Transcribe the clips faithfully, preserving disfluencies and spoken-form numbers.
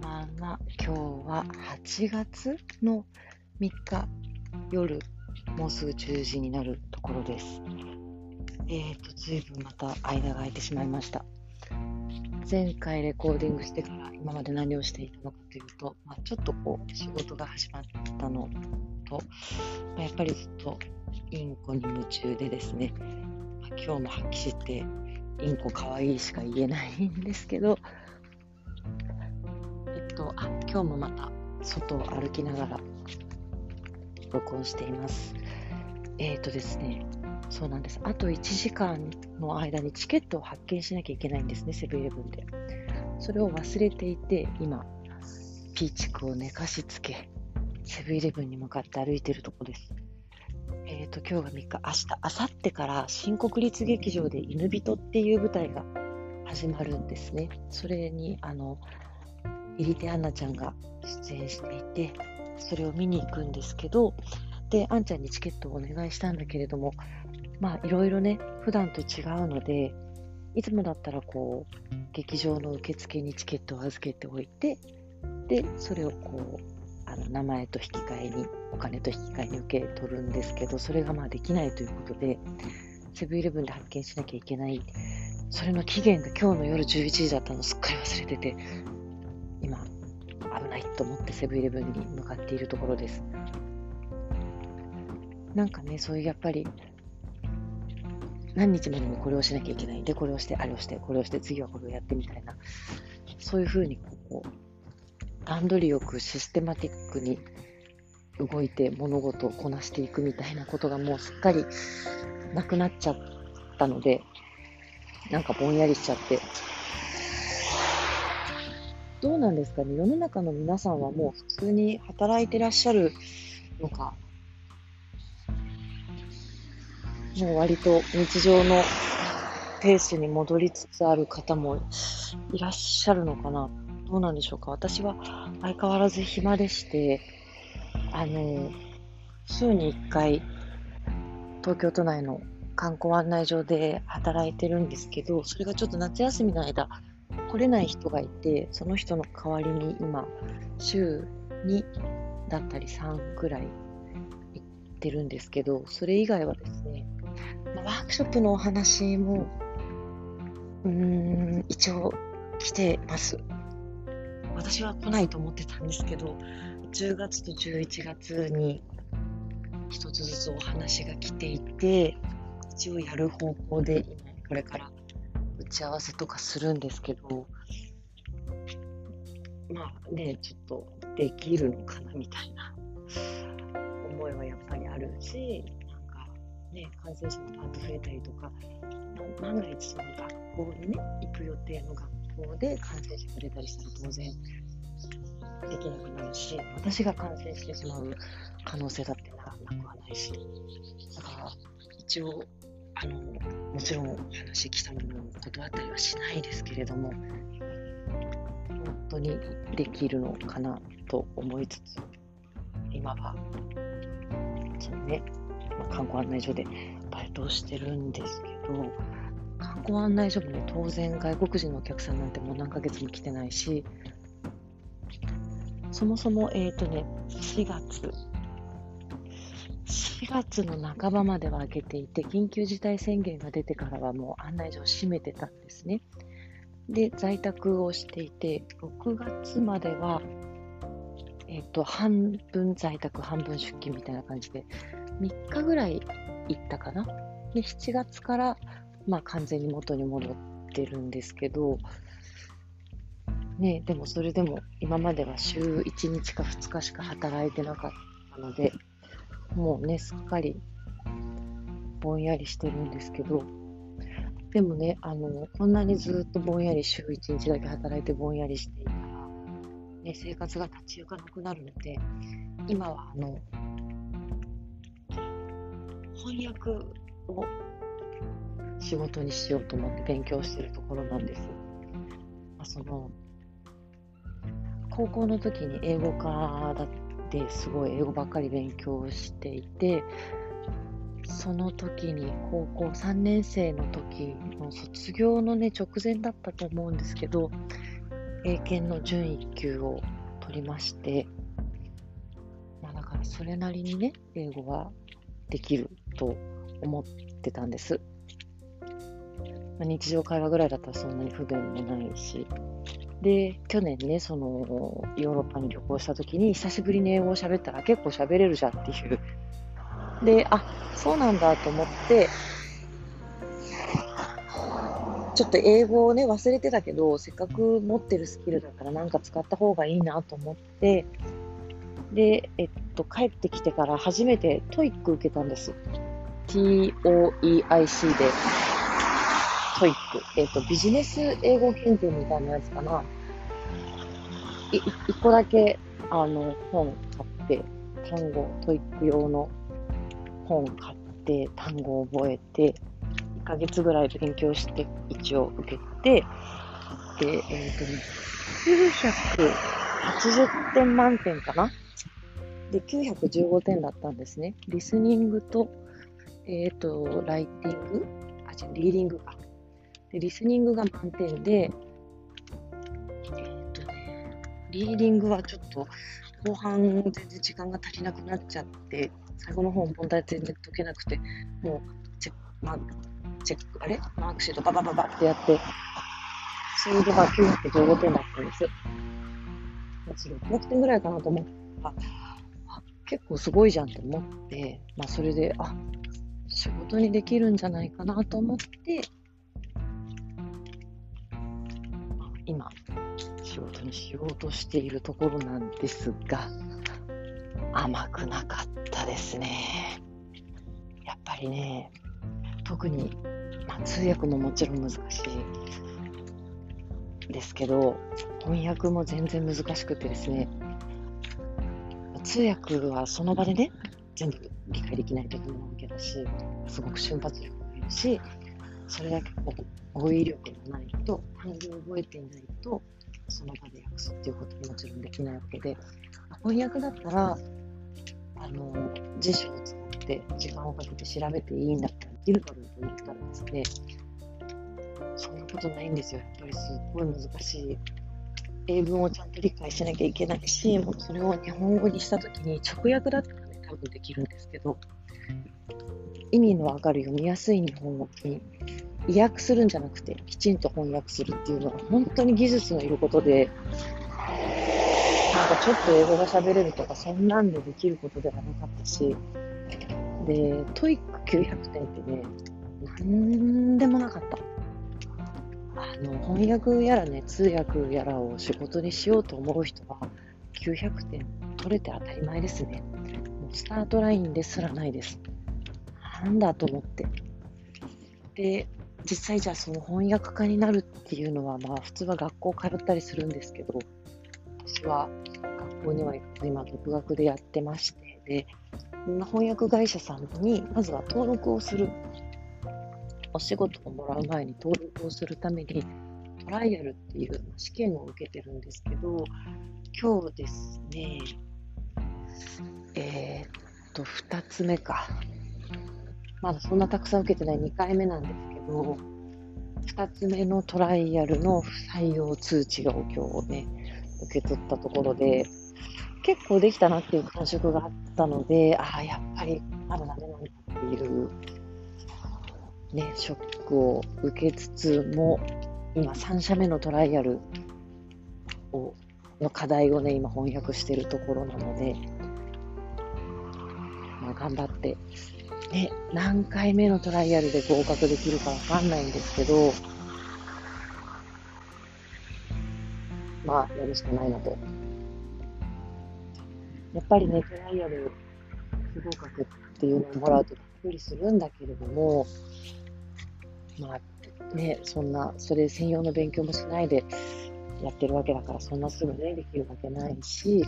ばんは。今日ははちがつのみっか夜、もうすぐじゅうじになるところです。えーと、ずいぶんまた間が空いてしまいました。前回レコーディングしてから今まで何をしていたのかというと、まあ、ちょっとこう仕事が始まったのと、まあ、やっぱりずっとインコに夢中でですね、まあ、今日も発揮してインコかわいいしか言えないんですけど、えっと、あ、今日もまた外を歩きながら録音しています。えーとですね、そうなんです。あといちじかんの間にチケットを発券しなきゃいけないんですね、セブンイレブンで。それを忘れていて、今、ピーチクを寝かしつけ、セブンイレブンに向かって歩いているところです。えーと、今日がみっか、明日、明後日から新国立劇場で犬人っていう舞台が始まるんですね。それに、あの、入手アンナちゃんが出演していて、それを見に行くんですけど、で、アンちゃんにチケットをお願いしたんだけれども、まあいろいろね、普段と違うので、いつもだったらこう、劇場の受付にチケットを預けておいて、で、それをこう、あの名前と引き換えに、お金と引き換えに受け取るんですけど、それがまあできないということで、セブンイレブンで発券しなきゃいけない。それの期限が今日の夜じゅういちじだったのをすっかり忘れてて、今、危ないと思ってセブンイレブンに向かっているところです。なんかね、そういうやっぱり、何日までにこれをしなきゃいけない。で、これをして、あれをして、これをして、次はこれをやってみたいな。そういうふうにこう、段取りよくシステマティックに動いて物事をこなしていくみたいなことがもうすっかりなくなっちゃったので、なんかぼんやりしちゃって。どうなんですかね、世の中の皆さんはもう普通に働いてらっしゃるのか、もう割と日常のペースに戻りつつある方もいらっしゃるのかな。どうなんでしょうか。私は相変わらず暇でして、あの、週にいっかい東京都内の観光案内所で働いてるんですけど、それがちょっと夏休みの間来れない人がいて、その人の代わりに今週にだったりさんくらい行ってるんですけど、それ以外はですね、まあワークショップのお話もうーん一応来てます。私は来ないと思ってたんですけど、じゅうがつとじゅういちがつに一つずつお話が来ていて、一応やる方向で今これから打ち合わせとかするんですけど、まあね、ちょっとできるのかなみたいな思いはやっぱりあるし、なんかね、感染者のパート増えたりとか、万が一その学校にね、行く予定の学校で感染者が出たりしたら当然できなくなるし、私が感染してしまう可能性だってなくはないし、だから一応あのもちろんお話来たものを断ったりはしないですけれども、本当にできるのかなと思いつつ、今はそのね、まあ、観光案内所でバイトをしてるんですけど、観光案内所もね、当然外国人のお客さんなんてもう何ヶ月も来てないし、そもそもえーとね、しがつ、しがつの半ばまでは開けていて、緊急事態宣言が出てからはもう案内所を閉めてたんですね。で、在宅をしていて、ろくがつまでは、えっと、半分在宅、半分出勤みたいな感じで、みっかぐらい行ったかな。で、しちがつから、まあ完全に元に戻ってるんですけど、ね、でもそれでも今までは週いちにちかふつかしか働いてなかったので、もうね、すっかりぼんやりしてるんですけど、でもね、あの、こんなにずっとぼんやり週いちにちだけ働いてぼんやりしていたら、ね、生活が立ち行かなくなるので、今はあの、翻訳を仕事にしようと思って勉強しているところなんです。まあ、その高校の時に英語科だってすごい英語ばっかり勉強していて、その時に高校さんねん生の時の卒業のね直前だったと思うんですけど、 英検の準いっ級を取りまして、まあ、だからそれなりにね、英語はできると思ってたんです。まあ、日常会話ぐらいだったらそんなに不便もないし、で、去年ね、そのヨーロッパに旅行した時に久しぶりに英語を喋ったら結構喋れるじゃんっていう。で、あ、そうなんだと思って、ちょっと英語をね、忘れてたけど、せっかく持ってるスキルだからなんか使った方がいいなと思って、で、えっと、帰ってきてから初めてトイック受けたんです。トイック で、トイック。えっと、ビジネス英語検定みたいなやつかな。い一個だけ、あの、本買って、単語、トイック用の本買って、単語を覚えて、いっかげつぐらい勉強して、一応受けて、で、えっとね、きゅうひゃくはちじゅってん満点かな。で、きゅうひゃくじゅうごてんだったんですね。リスニングと、えっと、ライティングあ、違う、リーディングか。で、リスニングが満点で、えっとね、リーディングはちょっと、後半全然時間が足りなくなっちゃって、最後の方問題全然解けなくて、もう、チェック、まあ、チェック、あれマークシートババババってやって、それではきゅうひゃくじゅうごてんだったんです。ろっぴゃくてんぐらいかなと思ったら、あ、結構すごいじゃんと思って、まあそれで、あ、仕事にできるんじゃないかなと思って、今、仕事にしようとしているところなんですが、甘くなかったですね。やっぱりね、特に、まあ、通訳ももちろん難しいですけど、翻訳も全然難しくてですね、通訳はその場でね、全部理解できないとダメなわけだし、すごく瞬発力がいるし、それだけこう語彙力がないと、単語を覚えていないと、その場で訳すっていうことももちろんできないわけで、翻訳だったら、あの、辞書を使って時間をかけて調べていいんだったらできるだろうと思ったらですね、そんなことないんですよ。やっぱりすっごい難しい。英文をちゃんと理解しなきゃいけないし、もうそれを日本語にしたときに直訳だったらね、多分できるんですけど、意味のわかる読みやすい日本語に意訳するんじゃなくて、きちんと翻訳するっていうのは本当に技術のいることで、なんかちょっと英語が喋れるとか、そんなんでできることではなかったし、で、トイックきゅうひゃくてんってね、なんでもなかった。あの、翻訳やらね、通訳やらを仕事にしようと思う人は、きゅうひゃくてん取れて当たり前ですね。もうスタートラインですらないです。なんだと思って。で、実際じゃあその翻訳家になるっていうのは、まあ普通は学校通ったりするんですけど、私は学校には行かず今独学でやってまして、で、翻訳会社さんにまずは登録をする。お仕事をもらう前に登録をするためにトライアルっていう試験を受けてるんですけど、今日ですね、えー、っと、ふたつめか。まだそんなたくさん受けてないにかいめなんですけど、ふたつめのトライアルの採用通知を今日ね、受け取ったところで、結構できたなっていう感触があったので、ああ、やっぱりまだダメなんだっていうね、ショックを受けつつも、今さん社目のトライアルをの課題をね、今翻訳しているところなので、まあ、頑張って、ね、何回目のトライアルで合格できるかわかんないんですけど、まあ、やるしかないなと。やっぱりね、トライアル不合格っていうのをもらうとびっくりするんだけれども、まあね、そんな、それ専用の勉強もしないでやってるわけだから、そんなすぐね、できるわけないし、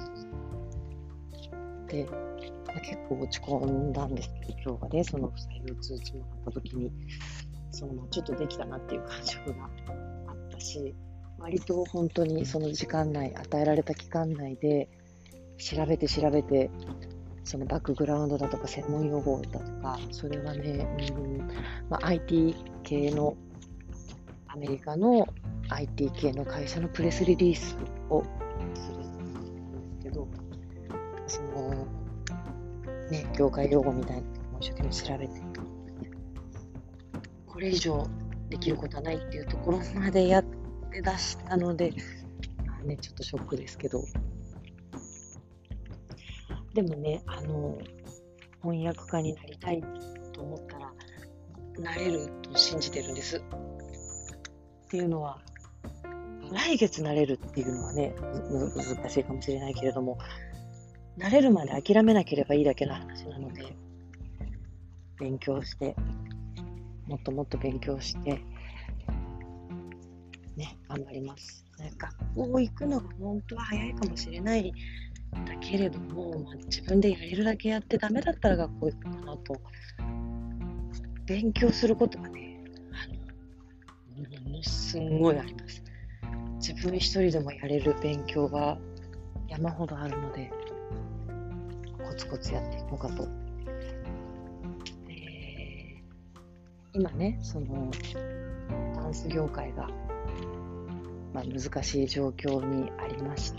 で、結構落ち込んだんですけど、今日はね、その採用通知もあった時に、そのちょっとできたなっていう感触があったし、割と本当にその時間内、与えられた期間内で、調べて調べて、そのバックグラウンドだとか専門用語だとか、それはね、うんまあ、アイティー 系のアメリカのアイティー 系の会社のプレスリリースをするんですけど、そのね、業界用語みたいなのも一生懸命調べて、これ以上できることはないっていうところまでやって出したので、まあね、ちょっとショックですけど、でもね、あの翻訳家になりたいと思ったらなれると信じてるんです。っていうのは、来月なれるっていうのはね、む難しいかもしれないけれども、なれるまで諦めなければいいだけの話なので、勉強して、もっともっと勉強して、ね、頑張ります。学校行くのが本当は早いかもしれないだけれども、まあ、自分でやれるだけやってダメだったら学校行くかなと。勉強することがね、あのものすごいあります。自分一人でもやれる勉強が山ほどあるので、コツコツやっていこうかと。で、今ね、そのダンス業界が、まあ、難しい状況にありまして、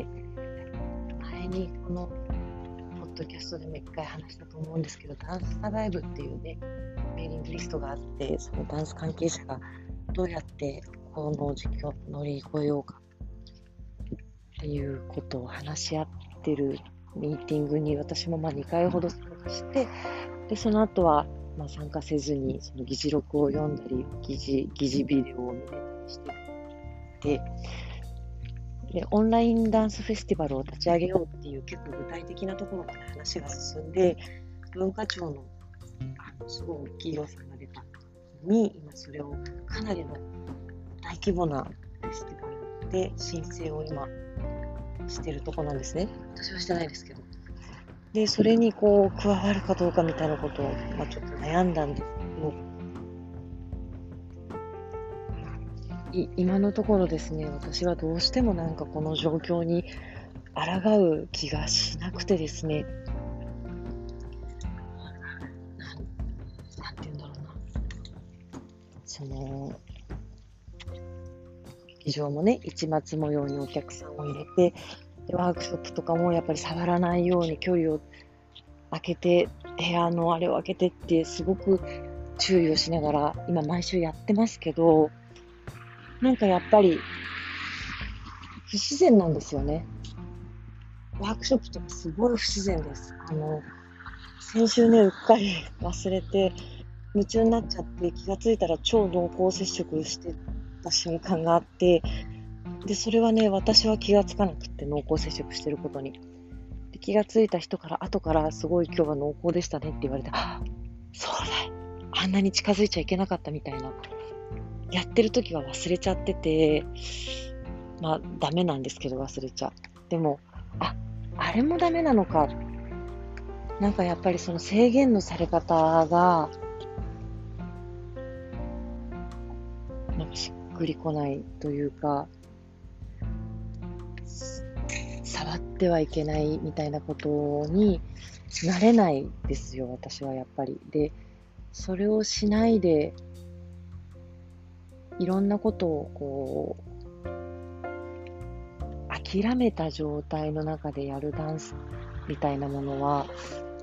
前にこのポッドキャストでも一回話したと思うんですけど、ダンスサバイブっていうね、メーリングリストがあって、そのダンス関係者がどうやってこの時期を乗り越えようかっていうことを話し合ってるミーティングに私もまあにかいほど参加して、でその後はまあ参加せずにその議事録を読んだり議事、議事ビデオを見てたりしてて、でオンラインダンスフェスティバルを立ち上げようっていう結構具体的なところまで話が進んで、文化庁のあのすごい大きい予算が出たのに、今それをかなりの大規模なフェスティバルで申請を今してるとこなんですね。私はしてないですけど。で、それにこう加わるかどうかみたいなことを、まあ、ちょっと悩んだんですけど、い今のところですね、私はどうしてもなんかこの状況に抗う気がしなくてですね、なん、なんて言うんだろうな、その、劇場もね、市松模様にお客さんを入れて、でワークショップとかもやっぱり触らないように距離を空けて、部屋のあれを開けてってすごく注意をしながら今毎週やってますけど、なんかやっぱり不自然なんですよね。ワークショップとかすごい不自然です。あの、先週ね、うっかり忘れて夢中になっちゃって気がついたら超濃厚接触してた瞬間があって、で、それはね、私は気がつかなくて濃厚接触してることに。で気がついた人から後からすごい今日は濃厚でしたねって言われて、あ、そうだ、あんなに近づいちゃいけなかったみたいな。やってる時は忘れちゃってて、まあダメなんですけど忘れちゃう。でも、あ、あれもダメなのか。なんかやっぱりその制限のされ方が、なんかしっくりこないというか、触ってはいけないみたいなことになれないですよ、私はやっぱり。で、それをしないで、いろんなことをこう、諦めた状態の中でやるダンスみたいなものは、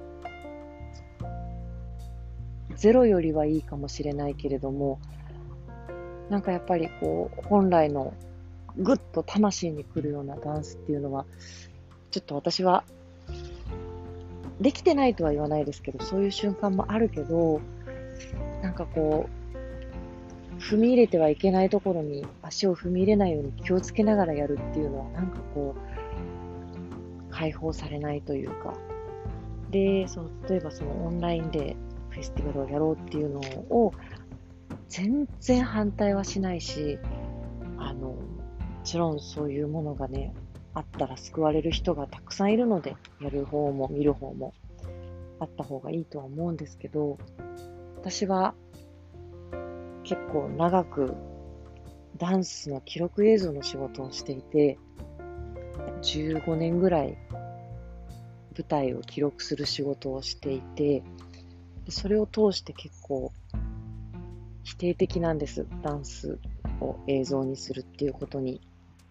ゼロよりはいいかもしれないけれども、なんかやっぱりこう、本来のぐっと魂に来るようなダンスっていうのは、ちょっと私は、できてないとは言わないですけど、そういう瞬間もあるけど、なんかこう、踏み入れてはいけないところに足を踏み入れないように気をつけながらやるっていうのは、なんかこう、解放されないというか、で、その例えばそのオンラインでフェスティバルをやろうっていうのを、全然反対はしないし、あの、もちろんそういうものがね、あったら救われる人がたくさんいるので、やる方も見る方もあった方がいいとは思うんですけど、私は結構長くダンスの記録映像の仕事をしていて、じゅうごねんぐらい舞台を記録する仕事をしていて、それを通して結構否定的なんです、ダンスを映像にするっていうことに。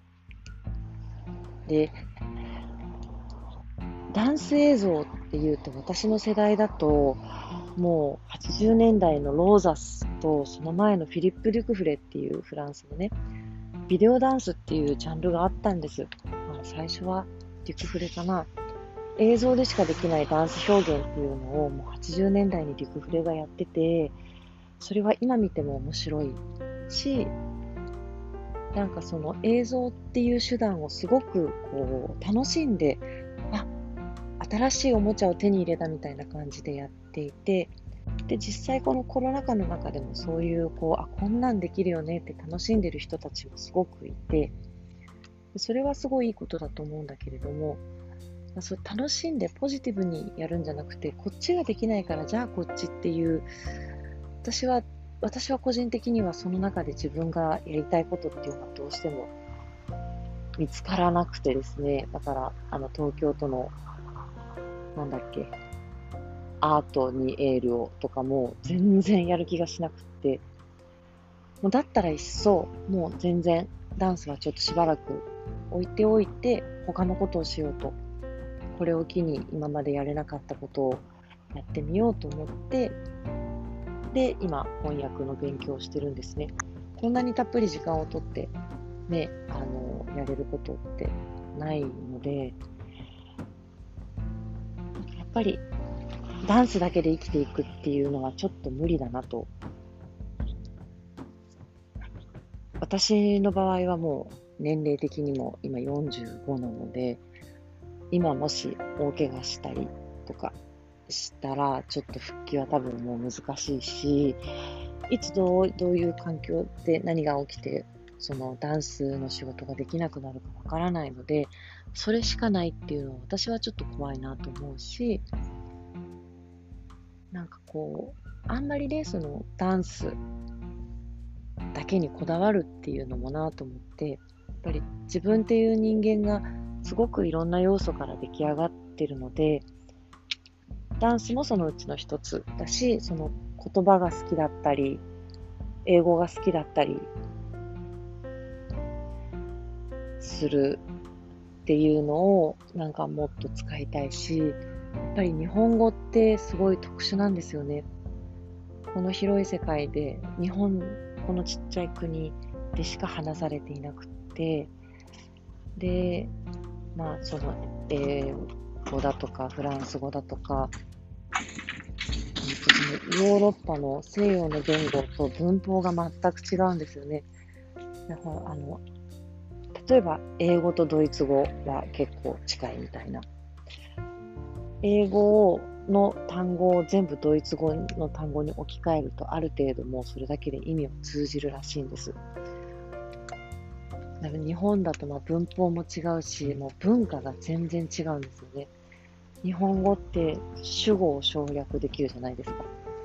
で、ダンス映像っていうと私の世代だともうはちじゅうねんだいのローザスとその前のフィリップ・デュクフレっていうフランスのね、ビデオダンスっていうジャンルがあったんです。まあ、最初はデュクフレかな。映像でしかできないダンス表現っていうのをもうはちじゅうねんだいにデュクフレがやってて、それは今見ても面白いし、なんかその映像っていう手段をすごくこう楽しんで、あ、新しいおもちゃを手に入れたみたいな感じでやっていて、で実際このコロナ禍の中でもそういうこうあこんなんできるよねって楽しんでる人たちもすごくいて、それはすごいいいことだと思うんだけれども、そう楽しんでポジティブにやるんじゃなくて、こっちができないからじゃあこっちっていう、私は私は個人的にはその中で自分がやりたいことっていうのはどうしても見つからなくてですね、だからあの東京都のなんだっけアートにエールをとかも全然やる気がしなくって、もうだったらいっそもう全然ダンスはちょっとしばらく置いておいて他のことをしようと、これを機に今までやれなかったことをやってみようと思って、で今翻訳の勉強をしてるんですね。こんなにたっぷり時間をとってね、あのやれることってないので、やっぱりダンスだけで生きていくっていうのはちょっと無理だなと。私の場合はもう年齢的にも今よんじゅうごなので、今もし大怪我したりとかしたらちょっと復帰は多分もう難しいし、いつどう、どういう環境で何が起きてそのダンスの仕事ができなくなるかわからないので、それしかないっていうのは私はちょっと怖いなと思うし、なんかこうあんまりねそのダンスだけにこだわるっていうのもなと思って、やっぱり自分っていう人間がすごくいろんな要素から出来上がってるので、ダンスもそのうちの一つだし、その言葉が好きだったり英語が好きだったりするっていうのをなんかもっと使いたいし、やっぱり日本語ってすごい特殊なんですよね。この広い世界で日本、このちっちゃい国でしか話されていなくって、でまあその英語だとかフランス語だとかヨーロッパの西洋の言語と文法が全く違うんですよね。だからあの例えば英語とドイツ語は結構近いみたいな。英語の単語を全部ドイツ語の単語に置き換えると、ある程度もうそれだけで意味を通じるらしいんです。だから日本だとまあ文法も違うし、もう文化が全然違うんですよね。日本語って主語を省略できるじゃないですか。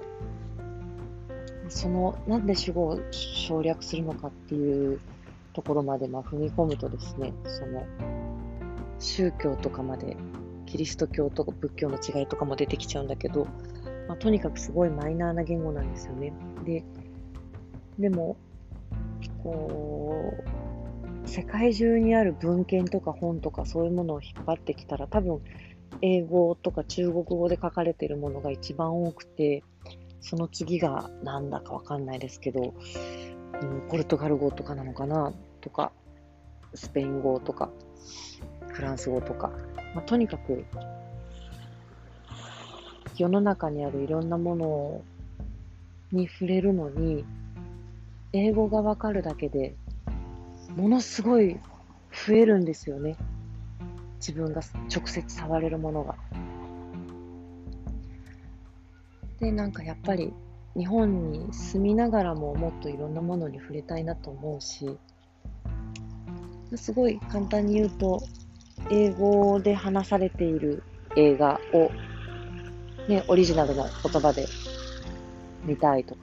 そのなんで主語を省略するのかっていうところまでまあ踏み込むとですね、その宗教とかまで、キリスト教と仏教の違いとかも出てきちゃうんだけど、まあ、とにかくすごいマイナーな言語なんですよね。で、でもこう世界中にある文献とか本とかそういうものを引っ張ってきたら、多分英語とか中国語で書かれているものが一番多くて、その次がなんだかわかんないですけど、うん、ポルトガル語とかなのかなとか、スペイン語とかフランス語とか、まあ、とにかく世の中にあるいろんなものに触れるのに、英語がわかるだけでものすごい増えるんですよね。自分が直接触れるものが。で、なんかやっぱり日本に住みながらももっといろんなものに触れたいなと思うし、すごい簡単に言うと、英語で話されている映画を、ね、オリジナルの言葉で見たいとか、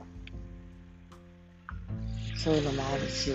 そういうのもあるし、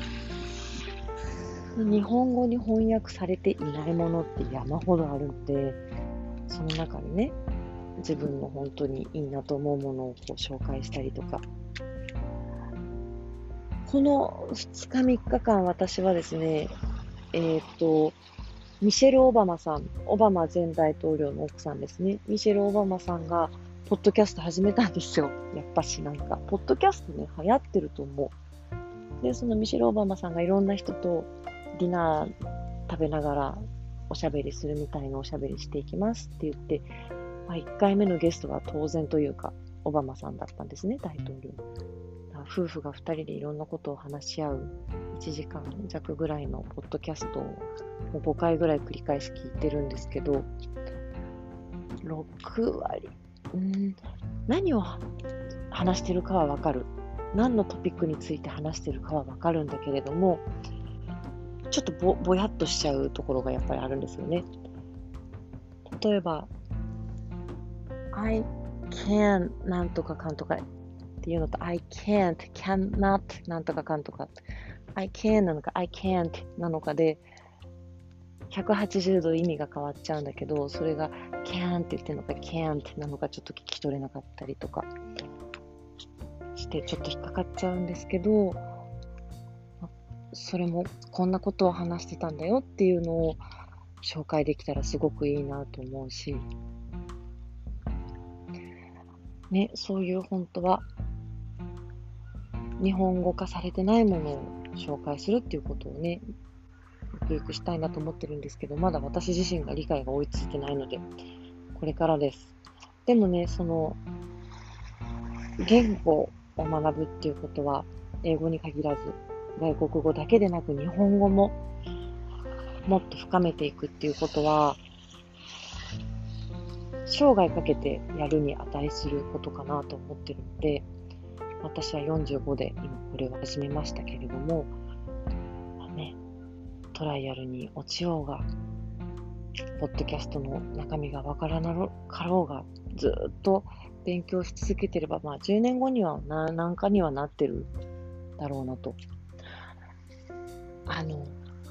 日本語に翻訳されていないものって山ほどあるので、その中にね、自分の本当にいいなと思うものをこう紹介したりとか、 このふつかみっかかん私はですね、えっと、ミシェル・オバマさん、オバマ前大統領の奥さんですね。ミシェル・オバマさんが、ポッドキャスト始めたんですよ。やっぱしなんか、ポッドキャストね、流行ってると思う。で、そのミシェル・オバマさんがいろんな人とディナー食べながらおしゃべりするみたいなおしゃべりしていきますって言って、まあ、いっかいめのゲストは当然というか、オバマさんだったんですね、大統領。夫婦がふたりでいろんなことを話し合ういちじかんじゃくぐらいのポッドキャストをもうごかいぐらい繰り返し聞いてるんですけど、ろくわり、うーん、何を話してるかはわかる。何のトピックについて話してるかはわかるんだけれども、ちょっと ぼ, ぼやっとしちゃうところがやっぱりあるんですよね。例えば、I can なんとかかんとかっていうのと I can't, cannot なんとかかんとか I can なのか I can't なのかでひゃくはちじゅうど意味が変わっちゃうんだけど、それが can って言ってるのか can't なのかちょっと聞き取れなかったりとかしてちょっと引っかかっちゃうんですけど、それもこんなことを話してたんだよっていうのを紹介できたらすごくいいなと思うし、ね、そういう本当は日本語化されてないものを紹介するっていうことをね、ゆくゆくしたいなと思ってるんですけど、まだ私自身が理解が追いついてないので、これからです。でもね、その、言語を学ぶっていうことは、英語に限らず、外国語だけでなく日本語ももっと深めていくっていうことは、生涯かけてやるに値することかなと思ってるので、私はよんじゅうごで今これを始めましたけれども、まあね、トライアルに落ちようが、ポッドキャストの中身がわからなかろうが、ずっと勉強し続けてれば、まあじゅうねんごには何何かにはなってるだろうなと。あの、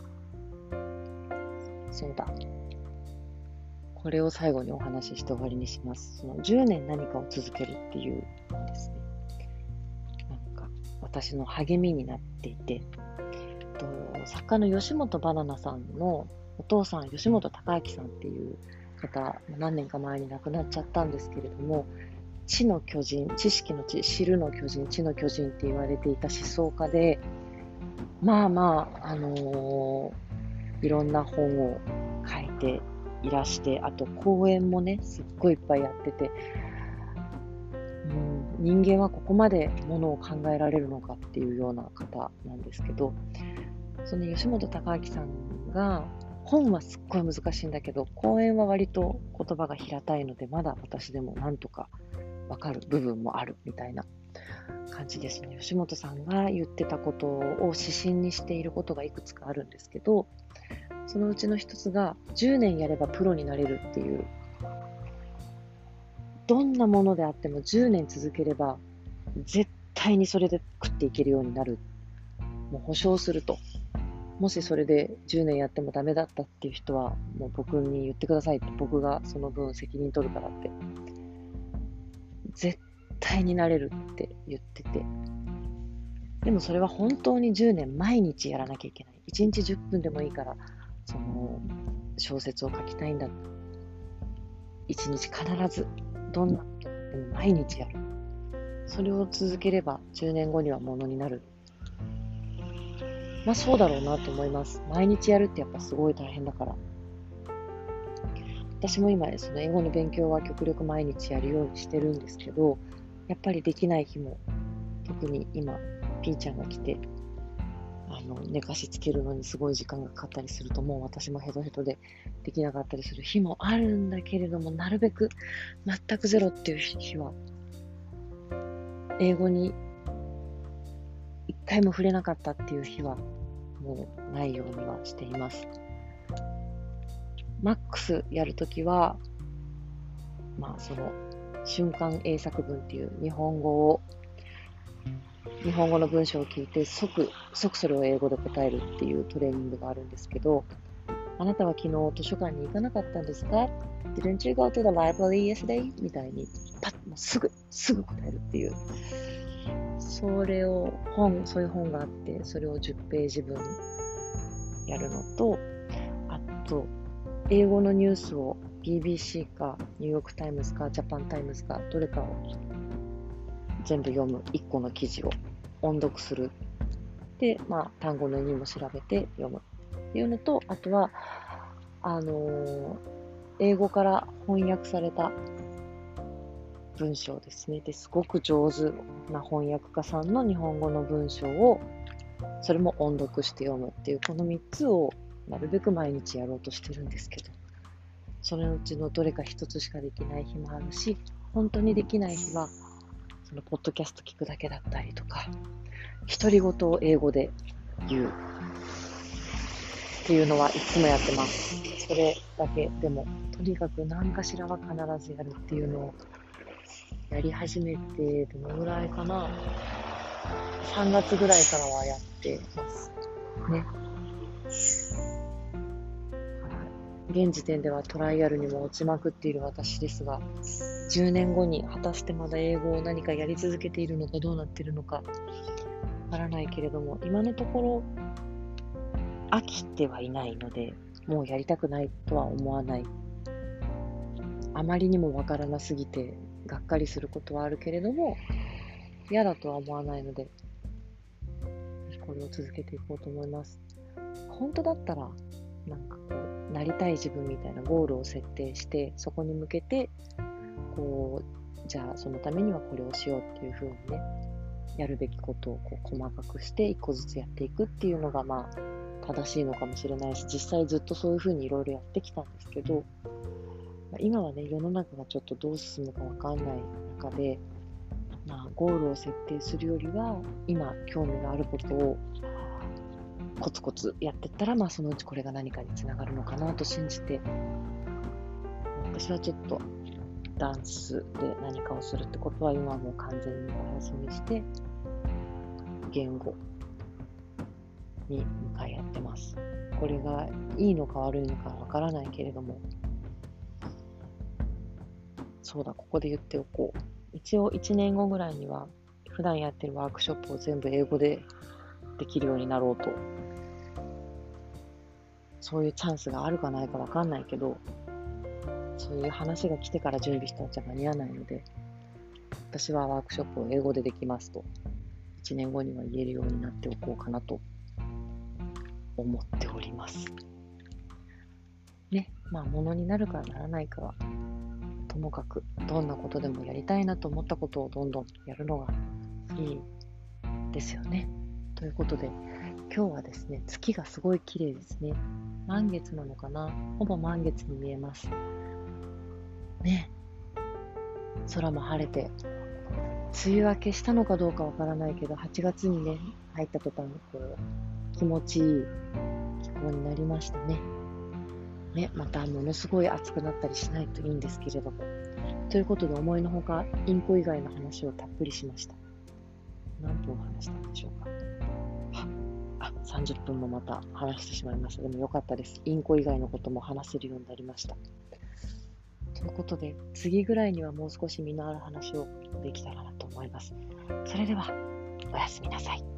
そうだ。これを最後にお話しして終わりにします。そのじゅうねん何かを続けるっていうのですね。なんか私の励みになっていて、と作家の吉本ばななさんのお父さん、吉本隆明さんっていう方、何年か前に亡くなっちゃったんですけれども、知の巨人、知識の知、知るの巨人、知の巨人って言われていた思想家で、まあまあ、あのー、いろんな本を書いていらして、あと講演もね、すっごいいっぱいやってて、うん、人間はここまでものを考えられるのかっていうような方なんですけど、その吉本隆明さんが、本はすっごい難しいんだけど、講演は割と言葉が平たいので、まだ私でもなんとかわかる部分もあるみたいな感じですね。吉本さんが言ってたことを指針にしていることがいくつかあるんですけど、そのうちの一つがじゅうねんやればプロになれるっていう、どんなものであってもじゅうねん続ければ絶対にそれで食っていけるようになる、もう保証すると。もしそれでじゅうねんやってもダメだったっていう人はもう僕に言ってくださいって、僕がその分責任取るからって、絶対になれるって言ってて、でもそれは本当にじゅうねん毎日やらなきゃいけない。いちにちじゅっぷんでもいいからその小説を書きたいんだ。いちにち必ずどんなことでも毎日やる。それを続ければじゅうねんごにはものになる。まあそうだろうなと思います。毎日やるってやっぱすごい大変だから。私も今その英語の勉強は極力毎日やるようにしてるんですけど、やっぱりできない日も、特に今ピーちゃんが来てあの寝かしつけるのにすごい時間がかかったりすると、もう私もヘトヘトでできなかったりする日もあるんだけれども、なるべく全くゼロっていう日は、英語に一回も触れなかったっていう日はもうないようにはしています。マックスやるときは、まあその瞬間英作文っていう日本語を日本語の文章を聞いて即即それを英語で答えるっていうトレーニングがあるんですけど、あなたは昨日図書館に行かなかったんですか？ Didn't you go to the library yesterday? みたいにパッもうすぐすぐ答えるっていう、 それを本、そういう本があって、それをじゅっページぶんやるのと、あと、英語のニュースを ビービーシー か、ニューヨークタイムズか、ジャパンタイムズか、どれかを全部読むいっこの記事を音読する。で、まあ、単語の意味も調べて読むっていうのと、あとは、あのー英語から翻訳された文章ですね。ですごく上手な翻訳家さんの日本語の文章を、それも音読して読むっていう、このみっつをなるべく毎日やろうとしてるんですけど、そのうちのどれか一つしかできない日もあるし、本当にできない日は、そのポッドキャスト聞くだけだったりとか、独り言を英語で言うっていうのはいつもやってます。それだけでも、とにかく何かしらは必ずやるっていうのをやり始めて、どのぐらいかな、さんがつぐらいからはやってますね。現時点ではトライアルにも落ちまくっている私ですが、じゅうねんごに果たしてまだ英語を何かやり続けているのかどうなっているのかわからないけれども、今のところ飽きてはいないので、もうやりたくないとは思わない。あまりにもわからなすぎてがっかりすることはあるけれども、嫌だとは思わないので、これを続けていこうと思います。本当だったら、なんかこう、なりたい自分みたいなゴールを設定して、そこに向けて、こう、じゃあそのためにはこれをしようっていう風にね、やるべきことをこう細かくして一個ずつやっていくっていうのがまあ正しいのかもしれないし、実際ずっとそういう風にいろいろやってきたんですけど、今はね、世の中がちょっとどう進むかわかんない中で、まあ、ゴールを設定するよりは、今興味があることをコツコツやっていったら、まあそのうちこれが何かにつながるのかなと信じて、私はちょっとダンスで何かをするってことは今はもう完全にお休みして、言語に向かい合ってます。これがいいのか悪いのかわからないけれども、そうだ、ここで言っておこう。一応いちねんごぐらいには普段やってるワークショップを全部英語でできるようになろうと。そういうチャンスがあるかないかわかんないけど、そういう話が来てから準備したんじゃ間に合わないので、私はワークショップを英語でできますと、いちねんごには言えるようになっておこうかなと思っております。ね、まあ物になるかならないかはともかく、どんなことでもやりたいなと思ったことをどんどんやるのがいいですよね。ということで、今日はですね、月がすごい綺麗ですね。満月なのかな？ほぼ満月に見えます。ね。空も晴れて、梅雨明けしたのかどうかわからないけど、はちがつにね、入った途端、こう、気持ちいい気候になりましたね。ね、またものすごい暑くなったりしないといいんですけれども。ということで、思いのほか、インコ以外の話をたっぷりしました。何分話したんでしょうか。あ、さんじゅっぷんもまた話してしまいました。でもよかったです。インコ以外のことも話せるようになりました。ということで、次ぐらいにはもう少し身のある話をできたらなと思います。それでは、おやすみなさい。